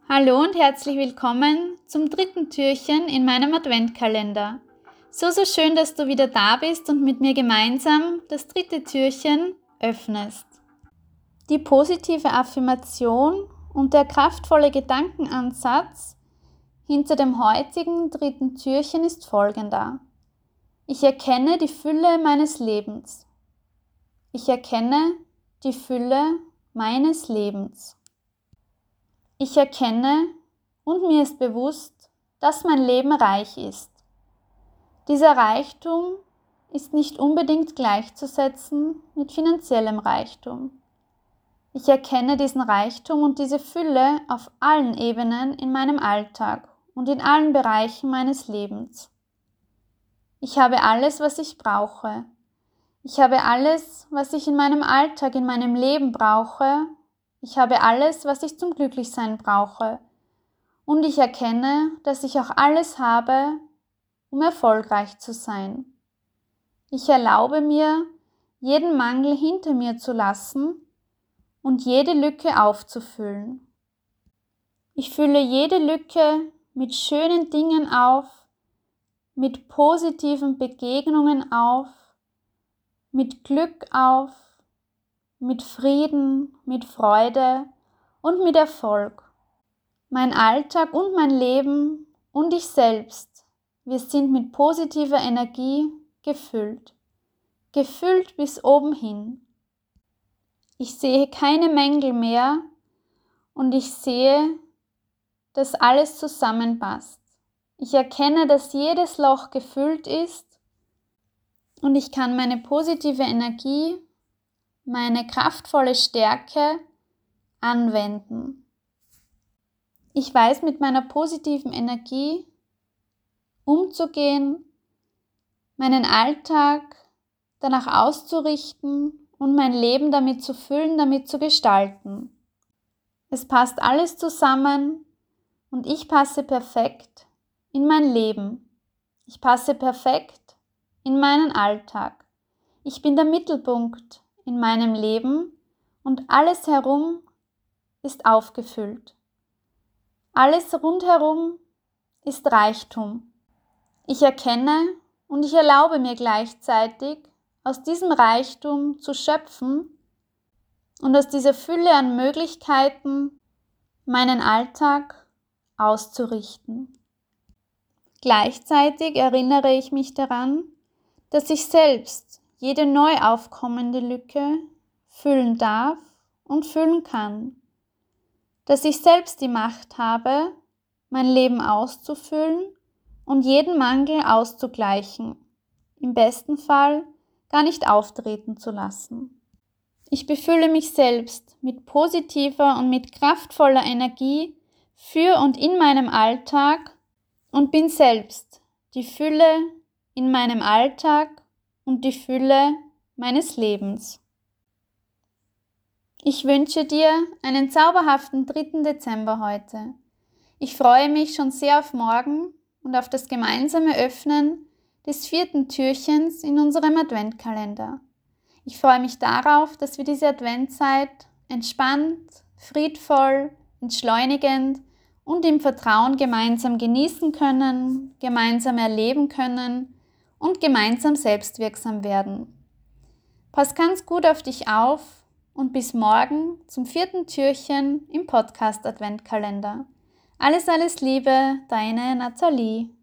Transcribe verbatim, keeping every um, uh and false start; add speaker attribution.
Speaker 1: Hallo und herzlich willkommen zum dritten Türchen in meinem Adventkalender. So, so schön, dass du wieder da bist und mit mir gemeinsam das dritte Türchen öffnest. Die positive Affirmation und der kraftvolle Gedankenansatz hinter dem heutigen dritten Türchen ist folgender. Ich erkenne die Fülle meines Lebens. Ich erkenne die Fülle meines Lebens. Ich erkenne und mir ist bewusst, dass mein Leben reich ist. Dieser Reichtum ist nicht unbedingt gleichzusetzen mit finanziellem Reichtum. Ich erkenne diesen Reichtum und diese Fülle auf allen Ebenen in meinem Alltag und in allen Bereichen meines Lebens. Ich habe alles, was ich brauche. Ich habe alles, was ich in meinem Alltag, in meinem Leben brauche. Ich habe alles, was ich zum Glücklichsein brauche. Und ich erkenne, dass ich auch alles habe, um erfolgreich zu sein. Ich erlaube mir, jeden Mangel hinter mir zu lassen und jede Lücke aufzufüllen. Ich fülle jede Lücke mit schönen Dingen auf, mit positiven Begegnungen auf, mit Glück auf, mit Frieden, mit Freude und mit Erfolg. Mein Alltag und mein Leben und ich selbst, wir sind mit positiver Energie gefüllt. Gefüllt bis oben hin. Ich sehe keine Mängel mehr und ich sehe, dass alles zusammenpasst. Ich erkenne, dass jedes Loch gefüllt ist und ich kann meine positive Energie, meine kraftvolle Stärke anwenden. Ich weiß mit meiner positiven Energie umzugehen, meinen Alltag danach auszurichten und mein Leben damit zu füllen, damit zu gestalten. Es passt alles zusammen und ich passe perfekt in mein Leben. Ich passe perfekt in meinen Alltag. Ich bin der Mittelpunkt in meinem Leben und alles herum ist aufgefüllt. Alles rundherum ist Reichtum. Ich erkenne und ich erlaube mir gleichzeitig, aus diesem Reichtum zu schöpfen und aus dieser Fülle an Möglichkeiten meinen Alltag auszurichten. Gleichzeitig erinnere ich mich daran, dass ich selbst jede neu aufkommende Lücke füllen darf und füllen kann. Dass ich selbst die Macht habe, mein Leben auszufüllen und jeden Mangel auszugleichen, im besten Fall gar nicht auftreten zu lassen. Ich befülle mich selbst mit positiver und mit kraftvoller Energie für und in meinem Alltag und bin selbst die Fülle in meinem Alltag und die Fülle meines Lebens. Ich wünsche dir einen zauberhaften dritten Dezember heute. Ich freue mich schon sehr auf morgen und auf das gemeinsame Öffnen des vierten Türchens in unserem Adventkalender. Ich freue mich darauf, dass wir diese Adventzeit entspannt, friedvoll, entschleunigend und im Vertrauen gemeinsam genießen können, gemeinsam erleben können und gemeinsam selbstwirksam werden. Pass ganz gut auf dich auf und bis morgen zum vierten Türchen im Podcast Adventkalender. Alles, alles Liebe, deine Nathalie.